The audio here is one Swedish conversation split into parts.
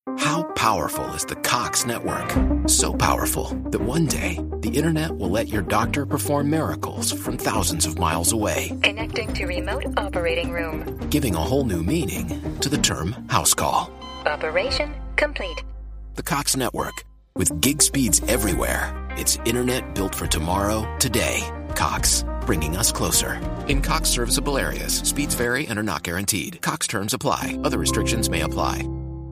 How powerful is the Cox network? So powerful that one day, the internet will let your doctor perform miracles from thousands of miles away. Connecting to remote operating room. Giving a whole new meaning to the term house call. Operation complete. The Cox network. With gig speeds everywhere. It's internet built for tomorrow, today. Cox, bringing us closer. In Cox serviceable areas, speeds vary and are not guaranteed. Cox terms apply. Other restrictions may apply.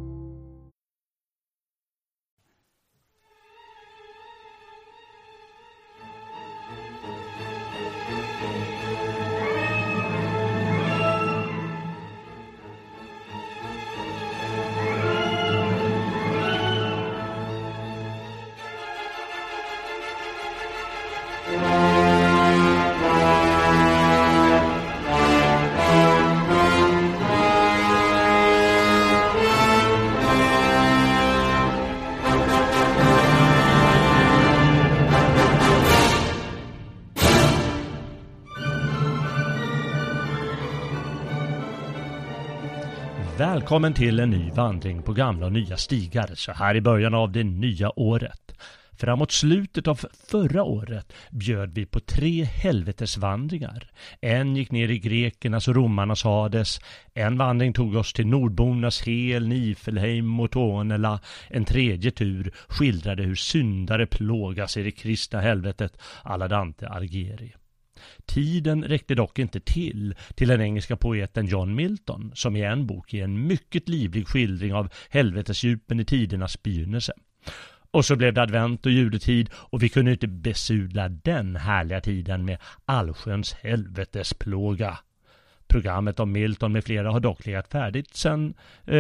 Välkommen till en ny vandring på gamla och nya stigar så här i början av det nya året. Framåt slutet av förra året bjöd vi på 3 helvetesvandringar. En gick ner i grekernas och romarnas Hades. En vandring tog oss till nordbornas Hel, Nifelheim och Tornela. En tredje tur skildrade hur syndare plågas i det kristna helvetet alla Dante Alighieri. Tiden räckte dock inte till den engelska poeten John Milton som i en bok ger en mycket livlig skildring av helvetesdjupen i tidernas begynnelse. Och så blev det advent och juletid och vi kunde inte besudla den härliga tiden med allsköns helvetesplåga. Programmet om Milton med flera har dock legat färdigt sedan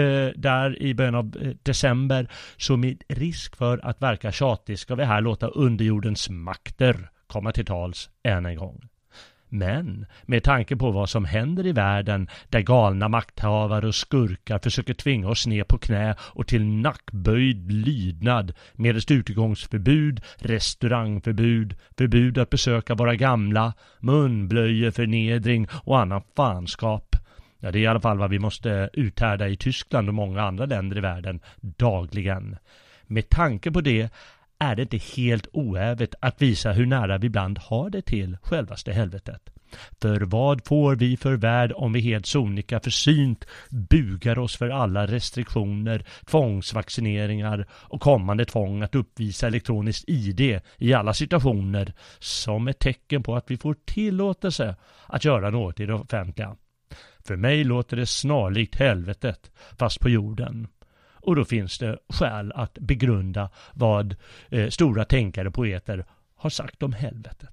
där i början av december, så med risk för att verka tjatig ska vi här låta underjordens makter komma till tals än en gång. Men med tanke på vad som händer i världen där galna makthavare och skurkar försöker tvinga oss ner på knä och till nackböjd lydnad med ett utegångsförbud, restaurangförbud, förbud att besöka våra gamla, munblöje, förnedring och annan fanskap. Ja, det är i alla fall vad vi måste uthärda i Tyskland och många andra länder i världen dagligen. Med tanke på det är det inte helt oävet att visa hur nära vi ibland har det till självaste helvetet. För vad får vi för värld om vi helt sonika försynt bugar oss för alla restriktioner, tvångsvaccineringar och kommande tvång att uppvisa elektroniskt ID i alla situationer som ett tecken på att vi får tillåtelse att göra något i det offentliga. För mig låter det snarlikt helvetet fast på jorden. Och då finns det skäl att begrunda vad stora tänkare och poeter har sagt om helvetet.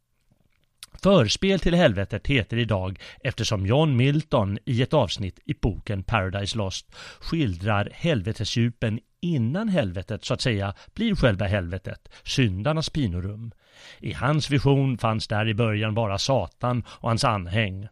Förspel till helvetet heter idag eftersom John Milton i ett avsnitt i boken Paradise Lost skildrar helvetesdjupen innan helvetet så att säga blir själva helvetet, syndarnas pinorum. I hans vision fanns där i början bara Satan och hans anhang,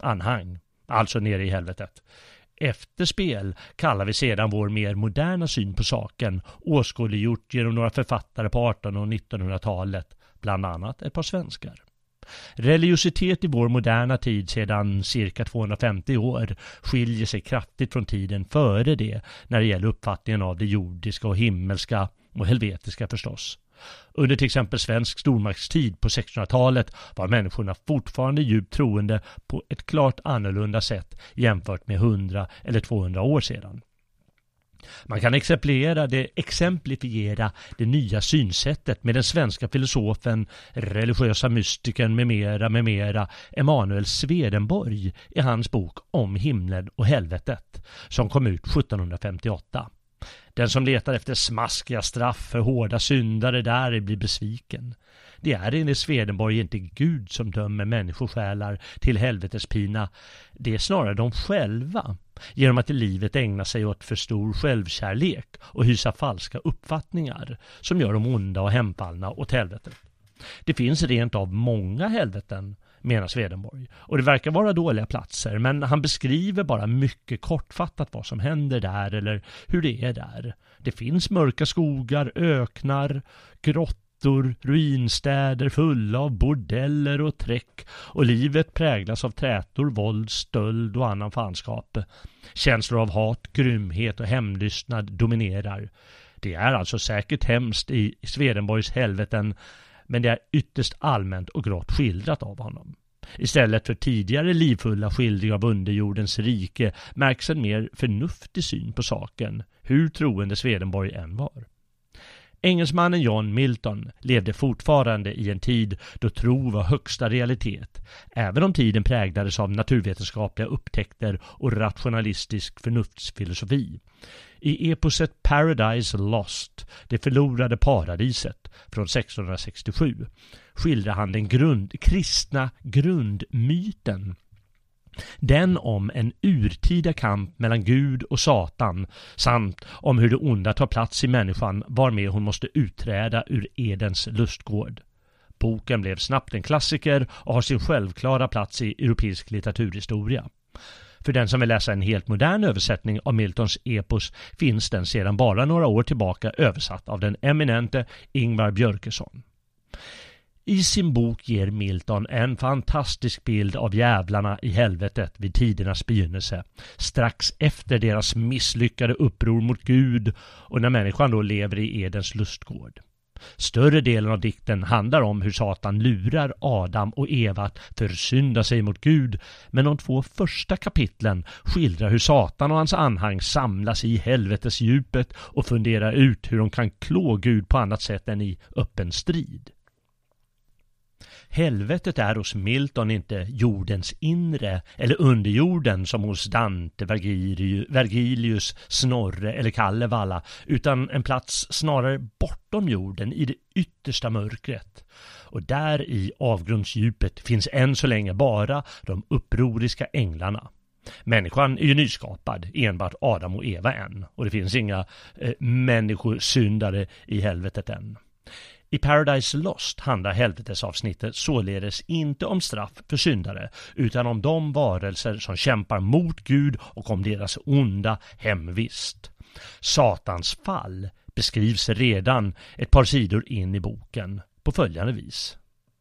alltså nere i helvetet. Efterspel kallar vi sedan vår mer moderna syn på saken, åskådliggjort genom några författare på 1800- och 1900-talet, bland annat ett par svenskar. Religiositet i vår moderna tid sedan cirka 250 år skiljer sig kraftigt från tiden före det när det gäller uppfattningen av det jordiska och himmelska och helvetiska förstås. Under till exempel svensk stormaktstid på 1600-talet var människorna fortfarande djupt troende på ett klart annorlunda sätt jämfört med 100 eller 200 år sedan. Man kan exemplifiera det nya synsättet med den svenska filosofen, religiösa mystiken med mera, Emanuel Swedenborg i hans bok Om himlen och helvetet som kom ut 1758. Den som letar efter smaskiga straff för hårda syndare där blir besviken. Det är enligt Swedenborg inte Gud som dömer människosjälar till helvetespina. Det är snarare de själva, genom att i livet ägna sig åt för stor självkärlek och hysa falska uppfattningar som gör dem onda och hemfallna åt helvetet. Det finns rent av många helveten, menar Swedenborg, och det verkar vara dåliga platser, men han beskriver bara mycket kortfattat vad som händer där eller hur det är där. Det finns mörka skogar, öknar, grottor gettor, ruinstäder fulla av bordeller och träck, och livet präglas av trätor, våld, stöld och annan fanskap. Känslor av hat, grymhet och hämndlystnad dominerar. Det är alltså säkert hemskt i Swedenborgs helveten, men det är ytterst allmänt och grått skildrat av honom. Istället för tidigare livfulla skildringar av underjordens rike märks en mer förnuftig syn på saken, hur troende Swedenborg än var. Engelsmannen John Milton levde fortfarande i en tid då tro var högsta realitet, även om tiden präglades av naturvetenskapliga upptäckter och rationalistisk förnuftsfilosofi. I eposet Paradise Lost, det förlorade paradiset från 1667, skildrar han den kristna grundmyten. Den om en urtida kamp mellan Gud och Satan samt om hur det onda tar plats i människan varmed hon måste utträda ur Edens lustgård. Boken blev snabbt en klassiker och har sin självklara plats i europeisk litteraturhistoria. För den som vill läsa en helt modern översättning av Miltons epos finns den sedan bara några år tillbaka översatt av den eminente Ingvar Björkesson. I sin bok ger Milton en fantastisk bild av djävlarna i helvetet vid tidernas begynnelse, strax efter deras misslyckade uppror mot Gud och när människan då lever i Edens lustgård. Större delen av dikten handlar om hur Satan lurar Adam och Eva att försynda sig mot Gud, men de 2 första kapitlen skildrar hur Satan och hans anhang samlas i helvetes djupet och funderar ut hur de kan klå Gud på annat sätt än i öppen strid. Helvetet är hos Milton inte jordens inre eller underjorden som hos Dante, Vergilius, Snorre eller Kalevala, utan en plats snarare bortom jorden i det yttersta mörkret. Och där i avgrundsdjupet finns än så länge bara de upproriska änglarna. Människan är ju nyskapad, enbart Adam och Eva än, och det finns inga människosyndare i helvetet än. I Paradise Lost handlar helvetesavsnittet således inte om straff för syndare utan om de varelser som kämpar mot Gud och om deras onda hemvist. Satans fall beskrivs redan ett par sidor in i boken på följande vis.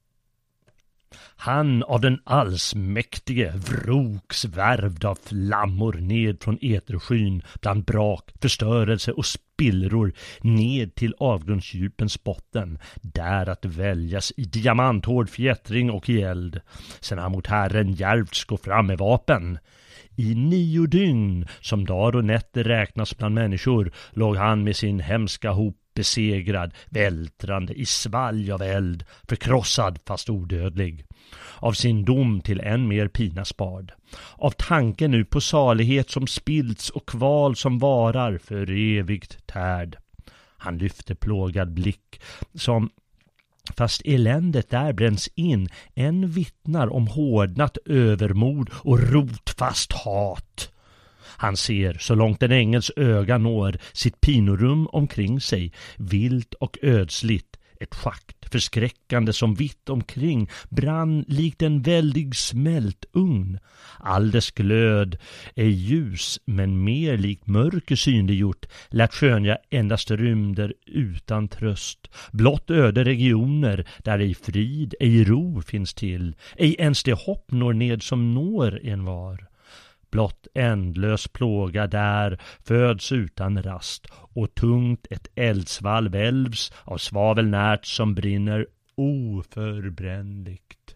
Han av den allsmäktige vroks värvd av flammor ned från eterskyn bland brak, förstörelse och spillror ned till avgrundsdjupens botten, där att väljas i diamanthård fjättring och i eld. Sen han mot Herren djärvt går fram med vapen. I 9 dygn, som dag och nätter räknas bland människor, låg han med sin hemska hop besegrad, vältrande i svalg av eld, förkrossad fast odödlig. Av sin dom till än mer pina spard. Av tanken nu på salighet som spilts och kval som varar för evigt tärd. Han lyfte plågad blick som, fast eländet där bränns in, än vittnar om hårdnat övermod och rotfast hat. Han ser, så långt en ängels öga når, sitt pinorum omkring sig, vilt och ödsligt, ett schakt förskräckande som vitt omkring brann likt en väldig smältugn. All dess glöd är ljus, men mer likt mörker synliggjort, lät skönja endast rymder utan tröst, blott öde regioner där ej frid, ej ro finns till, ej ens det hopp når ned som når en var. Blott ändlös plåga där föds utan rast, och tungt ett eldsvall välvs av svavel närt som brinner oförbrännligt.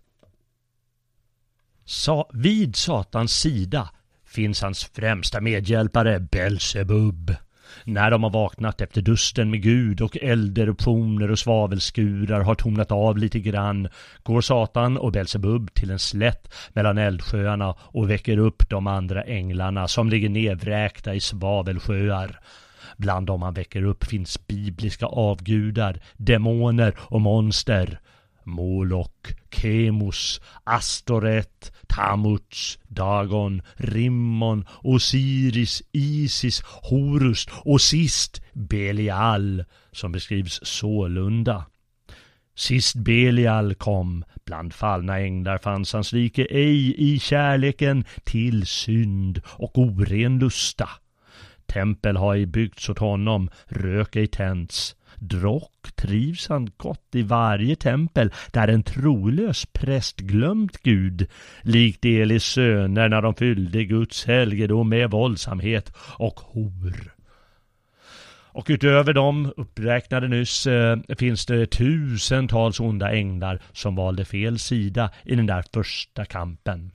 Vid Satans sida finns hans främsta medhjälpare Belzebub. När de har vaknat efter dusten med Gud och elderuptioner och svavelskurar har tonat av lite grann, går Satan och Belzebub till en slätt mellan eldsjöarna och väcker upp de andra änglarna som ligger nedvräkta i svavelsjöar. Bland dem han väcker upp finns bibliska avgudar, demoner och monster. Molok, Kemus, Astoret, Tammuz, Dagon, Rimmon, Osiris, Isis, Horus och sist Belial, som beskrivs sålunda. Sist Belial kom, bland fallna änglar fanns hans rike ej i kärleken till synd och oren lusta. Tempel har ej byggts åt honom, rök ej tänts. Dock trivs han gott i varje tempel där en trolös präst glömt Gud, likt Elis söner när de fyllde Guds helgedom med våldsamhet och hor. Och utöver dem uppräknade nyss finns det tusentals onda änglar som valde fel sida i den där första kampen.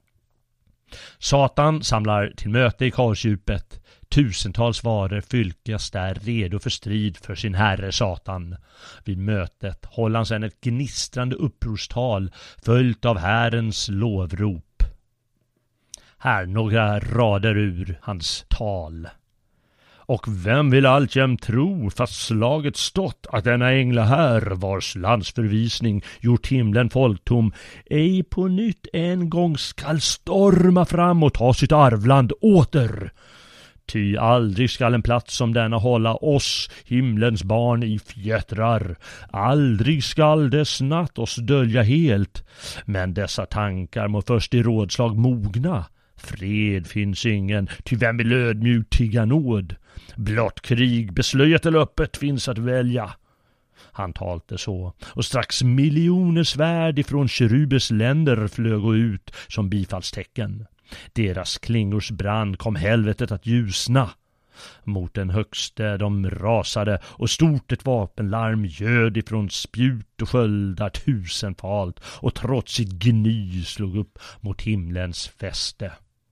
Satan samlar till möte i kaosdjupet. Tusentals varor fylkas där redo för strid för sin herre Satan. Vid mötet håller han sedan ett gnistrande upprorstal följt av Herrens lovrop. Här några rader ur hans tal. Och vem vill alltjämt tro, fast slaget stått, att denna ängla här, vars landsförvisning gjort himlen folktom, ej på nytt en gång skall storma fram och ta sitt arvland åter. Ty aldrig skall en plats som denna hålla oss, himlens barn, i fjättrar. Aldrig skall dess natt oss dölja helt. Men dessa tankar må först i rådslag mogna. Fred finns ingen, ty vem vill ödmjukt tigga nåd? Blott krig, beslöjat eller öppet, finns att välja. Han talte så, och strax miljoner svärd ifrån kerubers länder flög ut som bifallstecken. Deras klingors brand kom helvetet att ljusna. Mot den högste de rasade, och stort ett vapenlarm göd ifrån spjut och sköldar tusenfalt, och trots sitt gny slog upp mot himlens fäste.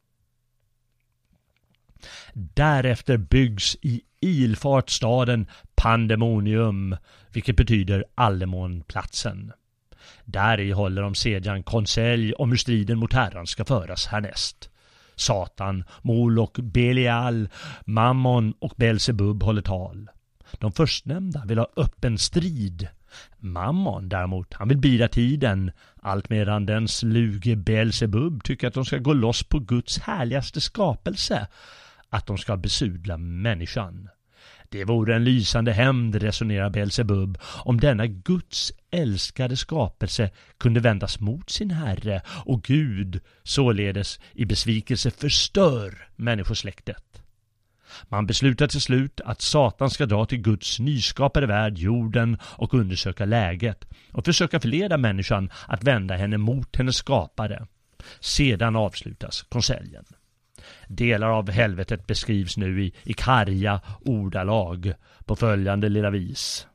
Därefter byggs i ilfart staden Pandemonium, vilket betyder Allemånplatsen. Där i håller de sedan konselj om hur striden mot herran ska föras härnäst. Satan, Molok, Belial, Mammon och Belzebub håller tal. De förstnämnda vill ha öppen strid. Mammon däremot, han vill bida tiden, allt medan den sluge Belzebub tycker att de ska gå loss på Guds härligaste skapelse, att de ska besudla människan. Det vore en lysande hämnd, resonerar Belzebub, om denna Guds älskade skapelse kunde vändas mot sin herre och Gud således i besvikelse förstör människosläktet. Man beslutar till slut att Satan ska dra till Guds nyskapade värld, jorden, och undersöka läget och försöka förleda människan att vända henne mot hennes skapare. Sedan avslutas konseljen. Delar av helvetet beskrivs nu i karga ordalag på följande lilla vis.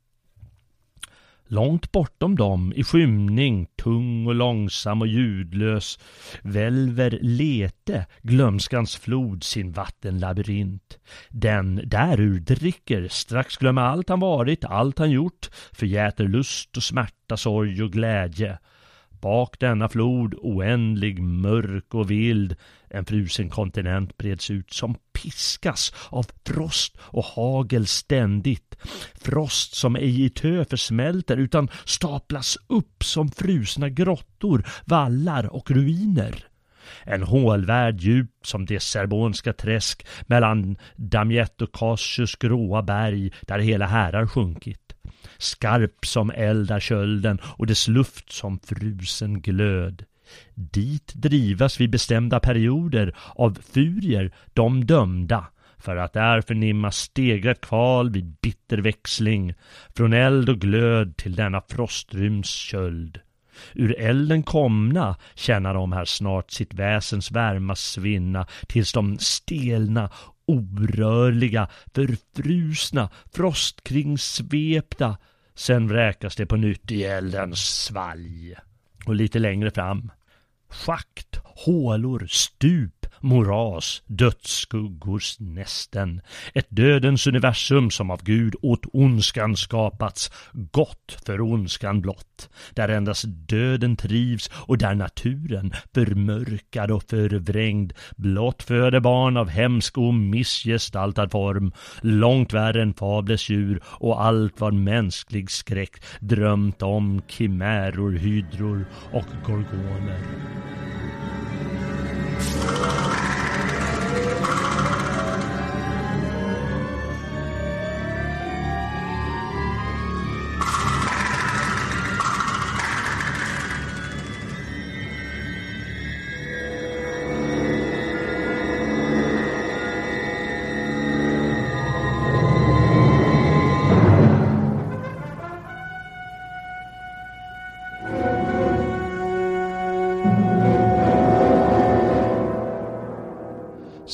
Långt bortom dem, i skymning, tung och långsam och ljudlös, välver Lete, glömskans flod, sin vattenlabyrint. Den därur dricker, strax glömmer allt han varit, allt han gjort, förgäter lust och smärta, sorg och glädje. Bak denna flod, oändlig, mörk och vild, en frusen kontinent breds ut som piskas av frost och hagel ständigt. Frost som ej i tö försmälter utan staplas upp som frusna grottor, vallar och ruiner. En hålvärld djup som det serbonska träsk mellan Damiet och Cassius gråa berg där hela härar sjunkit. Skarp som eldar kölden och dess luft som frusen glöd. Dit drivas vid bestämda perioder av furier de dömda, för att där förnimmas stegrat kval vid bitter växling, från eld och glöd till denna frostrymds köld. Ur elden komna känner de här snart sitt väsens värma svinna, tills de stelna, orörliga, förfrusna, frostkringssvepta, sen vräkas det på nytt i eldens svalg. Och lite längre fram: schakt, hålor, stup, moras, dödsskuggors nästen. Ett dödens universum som av Gud åt ondskan skapats, gott för ondskan blott. Där endast döden trivs och där naturen, förmörkad och förvrängd, blott föder barn av hemsk och missgestaltad form, långt värre än fables djur och allt vad mänsklig skräck drömt om, kimäror, hydror och gorgoner.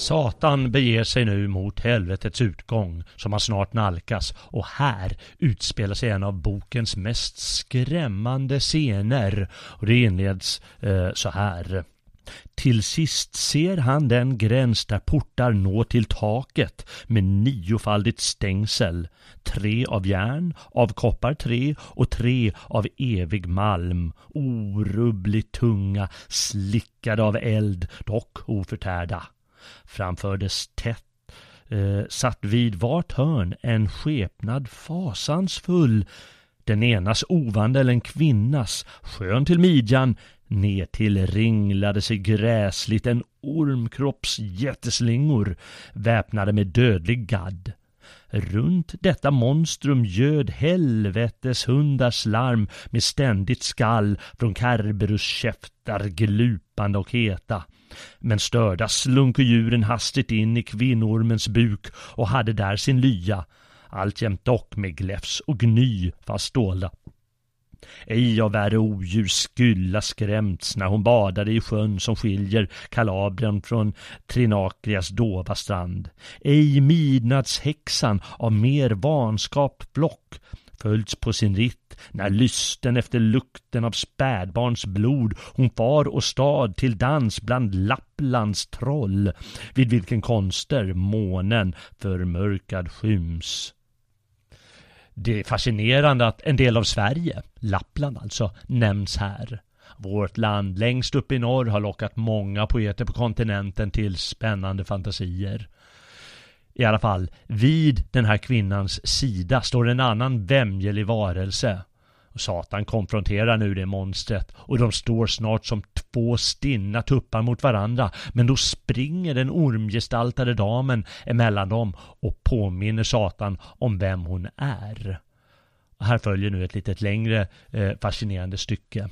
Satan beger sig nu mot helvetets utgång som han snart nalkas, och här utspelar sig en av bokens mest skrämmande scener, och det inleds så här. Till sist ser han den gräns där portar når till taket med 9-faldigt stängsel, 3 av järn, av kopparträ och 3 av evig malm, orubbligt tunga, slickade av eld, dock oförtärda. Framför dess tätt satt vid vart hörn en skepnad fasansfull, den enas ovandel en kvinnas, skön till midjan, ner till ringlade sig gräsligt en ormkropps jätteslingor, väpnade med dödlig gadd. Runt detta monstrum göd helvetes hundars larm med ständigt skall från Kerberus käftar glupande och heta. Men störda slunker djuren hastigt in i kvinnormens buk och hade där sin lya, alltjämt dock med gläfs och gny fast dolda. Ej av värre odjur skulle skrämts när hon badade i sjön som skiljer Kalabrien från Trinakrias dova strand. Ej midnadshäxan av mer vanskap block följts på sin ritt när lysten efter lukten av spädbarns blod hon far och stad till dans bland Lapplands troll, vid vilken konster månen förmörkad skyms. Det är fascinerande att en del av Sverige, Lappland alltså, nämns här. Vårt land längst upp i norr har lockat många poeter på kontinenten till spännande fantasier. I alla fall, vid den här kvinnans sida står en annan vämjelig varelse. Och Satan konfronterar nu det monstret, och de står snart som 2 stinna tuppar mot varandra, men då springer den ormgestaltade damen emellan dem och påminner Satan om vem hon är. Och här följer nu ett litet längre fascinerande stycke.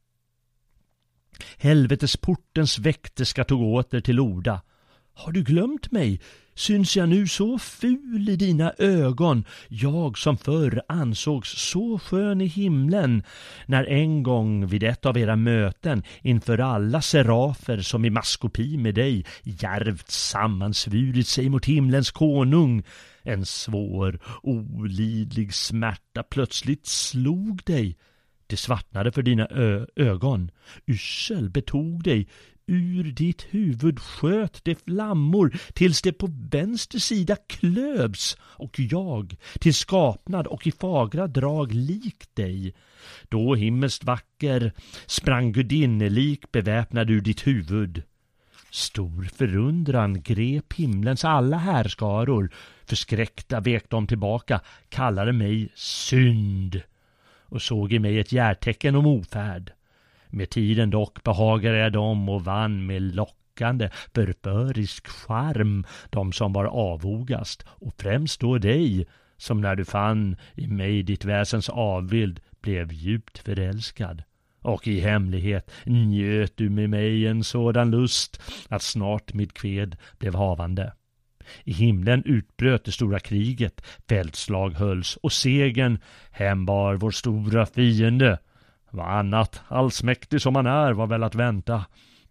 Helvetesportens väkterska tog åter till orda. Har du glömt mig? Syns jag nu så ful i dina ögon, jag som förr ansågs så skön i himlen, när en gång vid ett av era möten inför alla serafer som i maskopi med dig djärvt sammansvurit sig mot himlens konung, en svår, olidlig smärta plötsligt slog dig. Det svartnade för dina ögon, yrsel betog dig, ur ditt huvud sköt det flammor tills det på vänster sida klövs, och jag till skapnad och i fagra drag lik dig. Då himmelskt vacker sprang gudinnelik beväpnad ur ditt huvud. Stor förundran grep himlens alla härskaror, förskräckta vek de tillbaka, kallade mig synd och såg i mig ett hjärtecken om ofärd. Med tiden dock behagade jag dem och vann med lockande förförisk charm de som var avogast, och främst då dig, som när du fann i mig ditt väsens avbild blev djupt förälskad. Och i hemlighet njöt du med mig en sådan lust att snart mitt kved blev havande. I himlen utbröt det stora kriget, fältslag hölls och segern hembar vår stora fiende. Vad annat, allsmäktig som han är, var väl att vänta.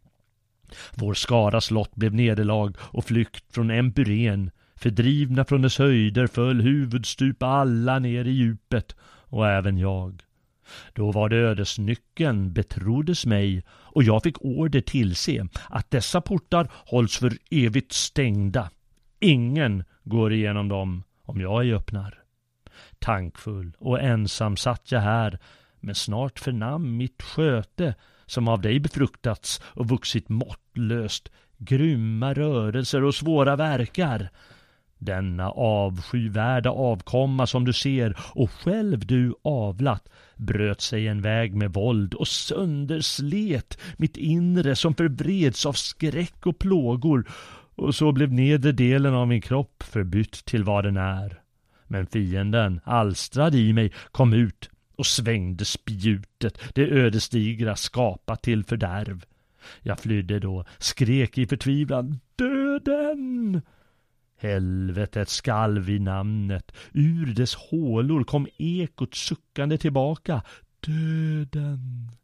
Vår skaras lott blev nederlag och flykt från Empyren. Fördrivna från dess höjder föll huvudstup alla ner i djupet, och även jag. Då var det ödesnyckeln betroddes mig, och jag fick order tillse att dessa portar hålls för evigt stängda. Ingen går igenom dem om jag ej öppnar. Tankfull och ensam satt jag här, men snart förnam mitt sköte, som av dig befruktats och vuxit måttlöst, grymma rörelser och svåra verkar. Denna avskyvärda avkomma som du ser och själv du avlat bröt sig en väg med våld och sönderslet mitt inre som förbreds av skräck och plågor, och så blev nedre delen av min kropp förbytt till vad den är. Men fienden, alstrad i mig, kom ut och svängde spjutet, det ödesdigra skapat till fördärv. Jag flydde då, skrek i förtvivlan, döden! Helvetet skalv i namnet, ur dess hålor kom ekot suckande tillbaka, döden!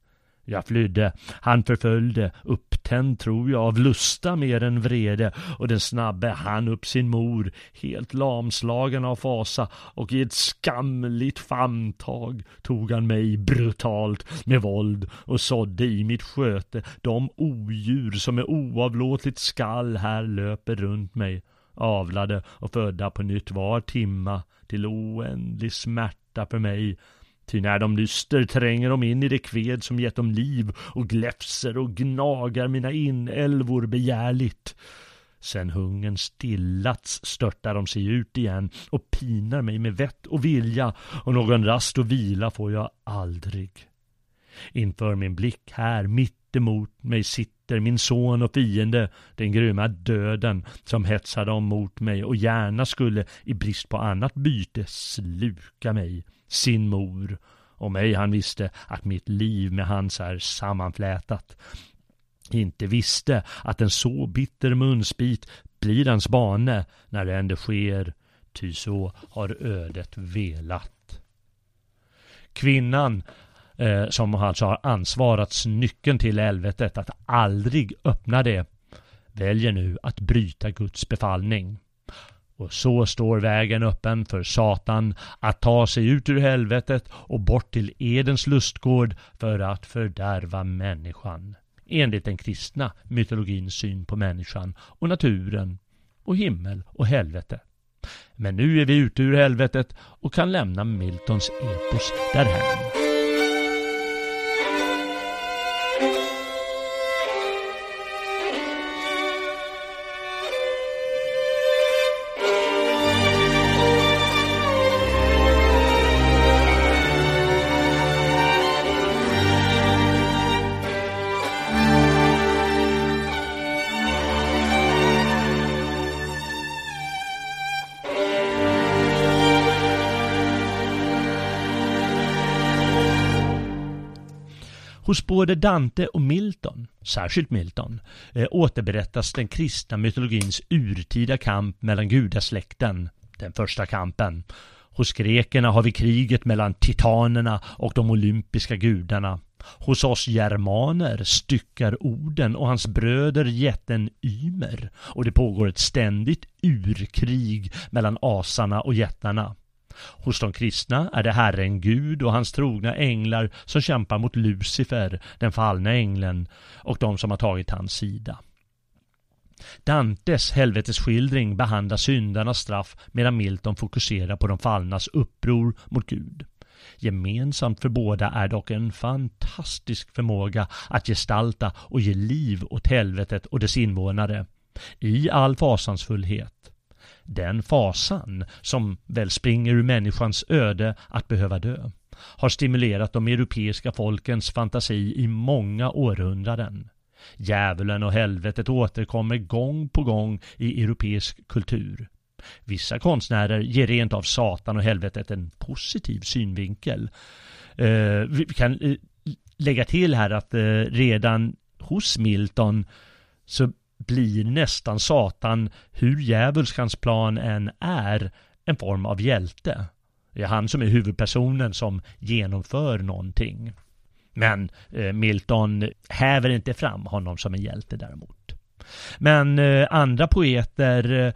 Jag flydde, han förföljde, upptänd tror jag av lusta mer än vrede, och den snabbe han upp sin mor, helt lamslagen av fasa, och i ett skamligt famntag tog han mig brutalt med våld och sådde i mitt sköte de odjur som med oavlåtligt skall här löper runt mig, avlade och födda på nytt var timma till oändlig smärta för mig. Ty när de lyster tränger de in i det kved som gett dem liv och gläfser och gnagar mina inälvor begärligt. Sen hungern stillats störtar de sig ut igen och pinar mig med vett och vilja, och någon rast och vila får jag aldrig. Inför min blick här mitt emot mig sitter min son och fiende, den grymma döden som hetsar dem mot mig och gärna skulle i brist på annat byte sluka mig, sin mor. Och mig han visste att mitt liv med hans är sammanflätat. Inte visste att en så bitter munsbit blir hans bane när det ändå sker, ty så har ödet velat. Kvinnan som alltså har ansvarats nyckeln till helvetet att aldrig öppna det, väljer nu att bryta Guds befallning. Och så står vägen öppen för Satan att ta sig ut ur helvetet och bort till Edens lustgård för att fördärva människan, enligt den kristna mytologins syn på människan och naturen och himmel och helvete. Men nu är vi ute ur helvetet och kan lämna Miltons epos därhän. Hos både Dante och Milton, särskilt Milton, återberättas den kristna mytologins urtida kamp mellan gudasläkten, den första kampen. Hos grekerna har vi kriget mellan titanerna och de olympiska gudarna. Hos oss germaner styckar Oden och hans bröder jätten Ymer, och det pågår ett ständigt urkrig mellan asarna och jättarna. Hos de kristna är det Herren Gud och hans trogna änglar som kämpar mot Lucifer, den fallna ängeln, och de som har tagit hans sida. Dantes helvetesskildring behandlar syndarnas straff, medan Milton fokuserar på de fallnas uppror mot Gud. Gemensamt för båda är dock en fantastisk förmåga att gestalta och ge liv åt helvetet och dess invånare i all fasansfullhet. Den fasan som väl springer ur människans öde att behöva dö har stimulerat de europeiska folkens fantasi i många århundraden. Djävulen och helvetet återkommer gång på gång i europeisk kultur. Vissa konstnärer ger rent av Satan och helvetet en positiv synvinkel. Vi kan lägga till här att redan hos Milton så blir nästan Satan, hur djävulsk hans plan än är, en form av hjälte. Det är han som är huvudpersonen som genomför någonting. Men Milton häver inte fram honom som en hjälte däremot. Men andra poeter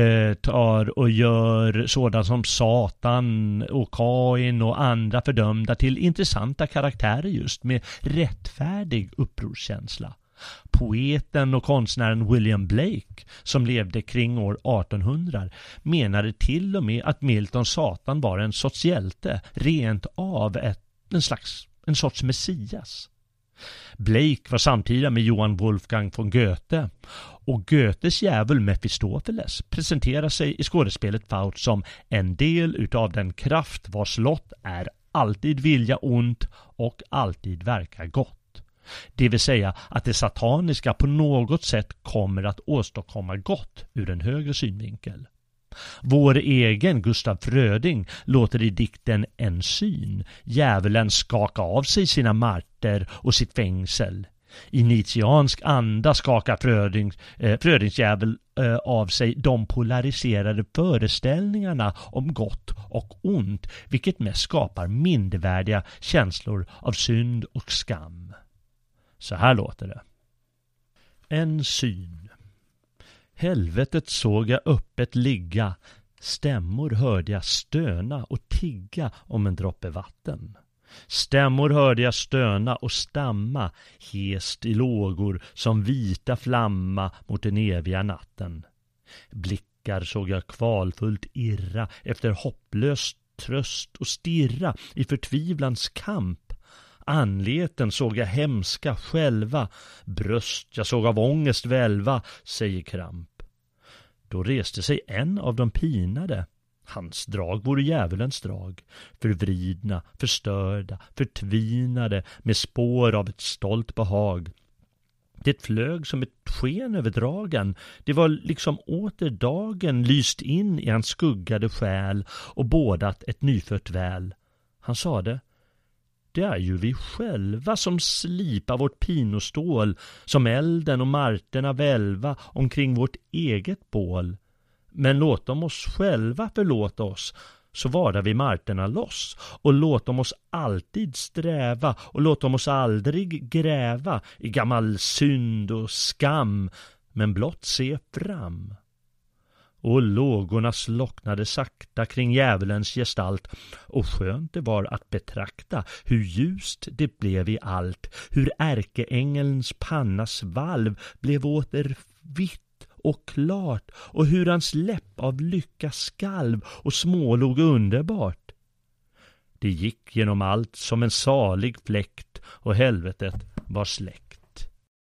tar och gör sådant som Satan och Kain och andra fördömda till intressanta karaktärer just med rättfärdig upprorskänsla. Poeten och konstnären William Blake, som levde kring år 1800, menade till och med att Miltons Satan var en sorts hjälte, rent av en sorts messias. Blake var samtida med Johann Wolfgang von Goethe, och Goethes djävul Mephistopheles presenterar sig i skådespelet Faust som en del utav den kraft vars lott är alltid vilja ont och alltid verka gott. Det vill säga att det sataniska på något sätt kommer att åstadkomma gott ur en högre synvinkel. Vår egen Gustav Fröding låter i dikten En syn djävulen skaka av sig sina marter och sitt fängsel. I nietzscheansk anda skakar Frödings djävul av sig de polariserade föreställningarna om gott och ont, vilket mest skapar mindervärdiga känslor av synd och skam. Så här låter det. En syn. Helvetet såg jag öppet ligga, stämmor hörde jag stöna och tigga om en droppe vatten. Stämmor hörde jag stöna och stamma, hest i lågor som vita flamma mot den eviga natten. Blickar såg jag kvalfullt irra efter hopplös tröst och stirra i förtvivlans kamp. Anleten såg jag hemska själva, bröst jag såg av ångest välva, säger Kramp. Då reste sig en av de pinade. Hans drag vore djävulens drag, förvridna, förstörda, förtvinade med spår av ett stolt behag. Det flög som ett sken över dragen. Det var liksom åter dagen lyst in i hans skuggade själ och bådat ett nyfött väl. Han sade: det är ju vi själva som slipar vårt pinostål, som elden och marterna välva omkring vårt eget bål. Men låt dem oss själva förlåta oss, så vara vi marterna loss, och låt dem oss alltid sträva, och låt dem oss aldrig gräva i gammal synd och skam, men blott se fram. Och lågorna slocknade sakta kring djävulens gestalt, och skönt det var att betrakta hur ljust det blev i allt, hur ärkeängelns pannas valv blev åter vitt och klart, och hur hans läpp av lycka skalv och smålog underbart. Det gick genom allt som en salig fläkt, och helvetet var släckt.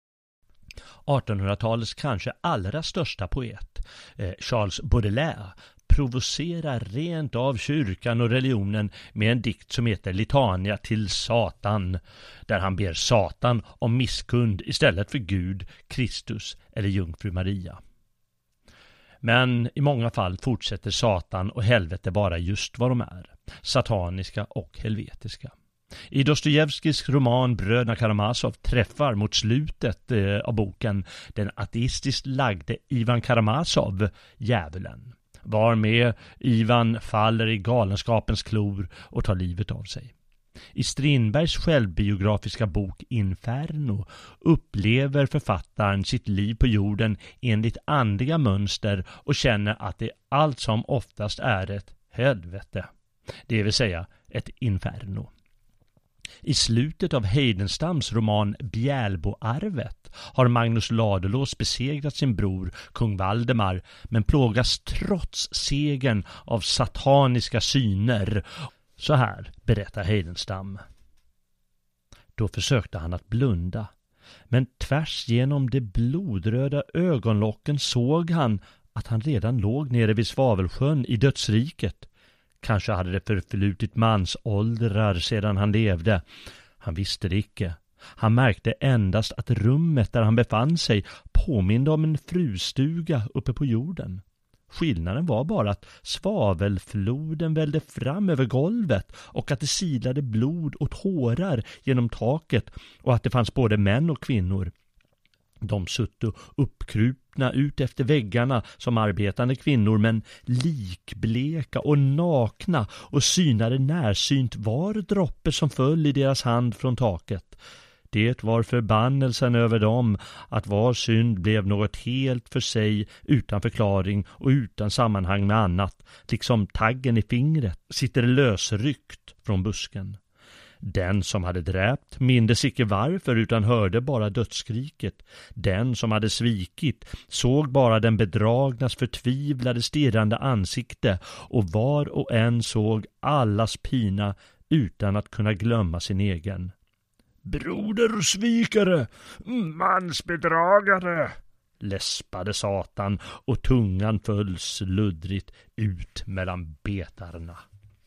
1800-talets kanske allra största poet, Charles Baudelaire, provocerar rent av kyrkan och religionen med en dikt som heter Litania till Satan, där han ber Satan om misskund istället för Gud, Kristus eller jungfru Maria. Men i många fall fortsätter Satan och helvete vara just vad de är, sataniska och helvetiska. I Dostojevskijs roman Bröderna Karamazov träffar mot slutet av boken den ateistiskt lagde Ivan Karamazov djävulen, varmed Ivan faller i galenskapens klor och tar livet av sig. I Strindbergs självbiografiska bok Inferno upplever författaren sitt liv på jorden enligt andliga mönster och känner att det allt som oftast är ett helvete, det vill säga ett inferno. I slutet av Heidenstams roman Bjälboarvet har Magnus Ladulås besegrat sin bror, kung Valdemar, men plågas trots segern av sataniska syner. Så här berättar Heidenstam. Då försökte han att blunda, men tvärs genom de blodröda ögonlocken såg han att han redan låg nere vid Svavelsjön i dödsriket. Kanske hade det förflutit mansåldrar sedan han levde. Han visste det icke. Han märkte endast att rummet där han befann sig påminde om en frustuga uppe på jorden. Skillnaden var bara att svavelfloden vällde fram över golvet och att det silade blod och tårar genom taket och att det fanns både män och kvinnor. De sutto uppkrupna ut efter väggarna som arbetande kvinnor, men likbleka och nakna, och synade närsynt var droppe som föll i deras hand från taket. Det var förbannelsen över dem att var synd blev något helt för sig, utan förklaring och utan sammanhang med annat, liksom taggen i fingret sitter lösryckt från busken. Den som hade dräpt mindes icke varför, utan hörde bara dödsskriket. Den som hade svikit såg bara den bedragnas förtvivlade stirrande ansikte, och var och en såg allas pina utan att kunna glömma sin egen. Brodersvikare, mansbedragare, läspade Satan, och tungan föll sluddrigt ut mellan betarna.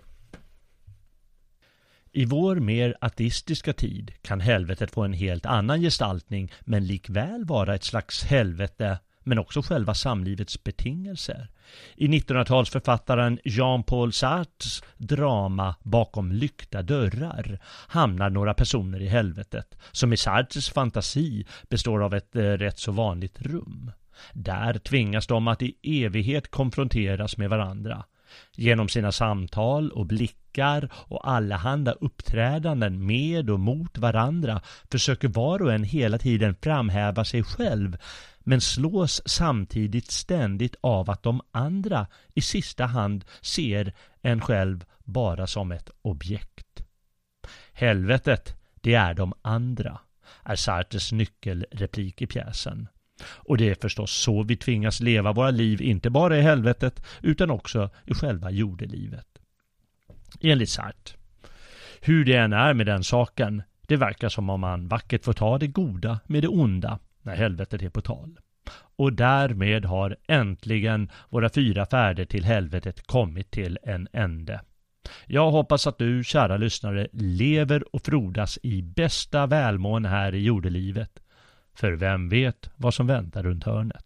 I vår mer ateistiska tid kan helvetet få en helt annan gestaltning, men likväl vara ett slags helvete, men också själva samlivets betingelser. I 1900-talsförfattaren Jean-Paul Sartres drama Bakom lyckta dörrar hamnar några personer i helvetet, som i Sartres fantasi består av ett rätt så vanligt rum. Där tvingas de att i evighet konfronteras med varandra. Genom sina samtal och blickar och allehanda uppträdanden med och mot varandra försöker var och en hela tiden framhäva sig själv, men slås samtidigt ständigt av att de andra i sista hand ser en själv bara som ett objekt. Helvetet, det är de andra, är Sartres nyckelreplik i pjäsen. Och det är förstås så vi tvingas leva våra liv, inte bara i helvetet utan också i själva jordelivet. Enligt Sartre. Hur det än är med den saken, det verkar som om man vackert får ta det goda med det onda när helvetet är på tal. Och därmed har äntligen våra 4 färder till helvetet kommit till en ände. Jag hoppas att du, kära lyssnare, lever och frodas i bästa välmån här i jordelivet. För vem vet vad som väntar runt hörnet.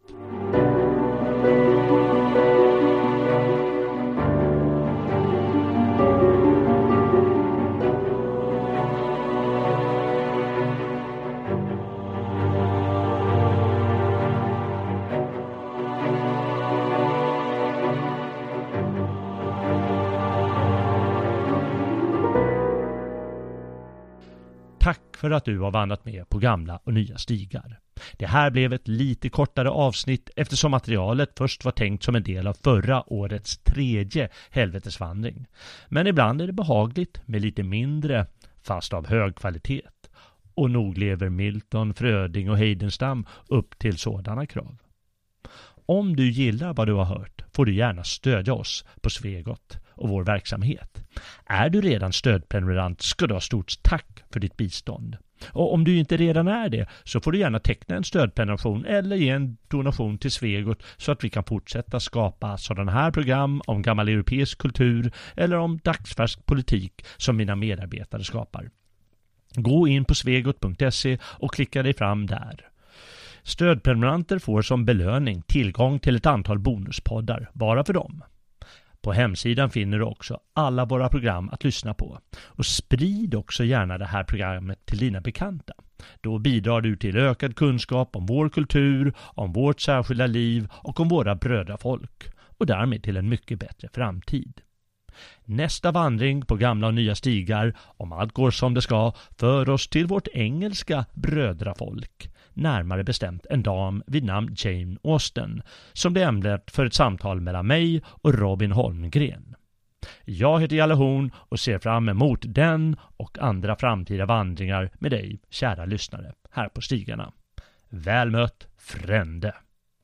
Tack för att du har vandrat med på gamla och nya stigar. Det här blev ett lite kortare avsnitt eftersom materialet först var tänkt som en del av förra årets 3:e helvetesvandring. Men ibland är det behagligt med lite mindre, fast av hög kvalitet. Och nog lever Milton, Fröding och Heidenstam upp till sådana krav. Om du gillar vad du har hört får du gärna stödja oss på Svegot och vår verksamhet. Är du redan stödprenumerant ska du ha stort tack för ditt bistånd. Och om du inte redan är det så får du gärna teckna en stödprenumeration eller ge en donation till Svegot så att vi kan fortsätta skapa sådana här program om gammal europeisk kultur eller om dagsfärsk politik som mina medarbetare skapar. Gå in på svegot.se och klicka dig fram där. Stödprenumeranter får som belöning tillgång till ett antal bonuspoddar bara för dem. På hemsidan finner du också alla våra program att lyssna på. Och sprid också gärna det här programmet till dina bekanta. Då bidrar du till ökad kunskap om vår kultur, om vårt särskilda liv och om våra brödrafolk. Och därmed till en mycket bättre framtid. Nästa vandring på gamla och nya stigar, om allt går som det ska, för oss till vårt engelska brödrafolk. Närmare bestämt en dam vid namn Jane Austen, som blev ämnet för ett samtal mellan mig och Robin Holmgren. Jag heter Jalle Horn och ser fram emot den och andra framtida vandringar med dig, kära lyssnare, här på stigarna. Väl mött, frände!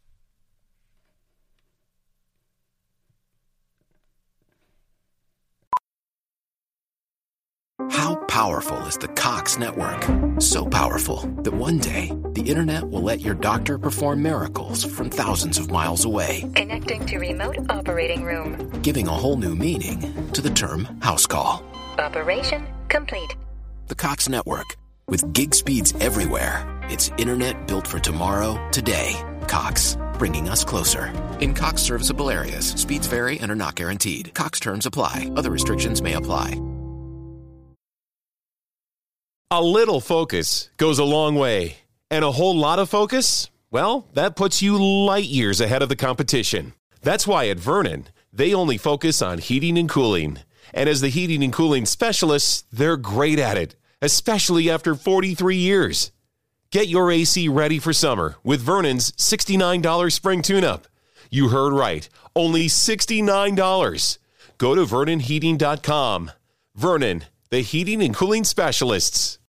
How powerful is the Cox network? So powerful that one day the internet will let your doctor perform miracles from thousands of miles away. Connecting to remote operating room. Giving a whole new meaning to the term house call. Operation complete. The Cox network. With gig speeds everywhere. It's internet built for tomorrow, today. Cox. Bringing us closer. In Cox serviceable areas, speeds vary and are not guaranteed. Cox terms apply. Other restrictions may apply. A little focus goes a long way. And a whole lot of focus? Well, that puts you light years ahead of the competition. That's why at Vernon, they only focus on heating and cooling. And as the heating and cooling specialists, they're great at it, especially after 43 years. Get your AC ready for summer with Vernon's $69 spring tune-up. You heard right. Only $69. Go to VernonHeating.com. Vernon, the heating and cooling specialists.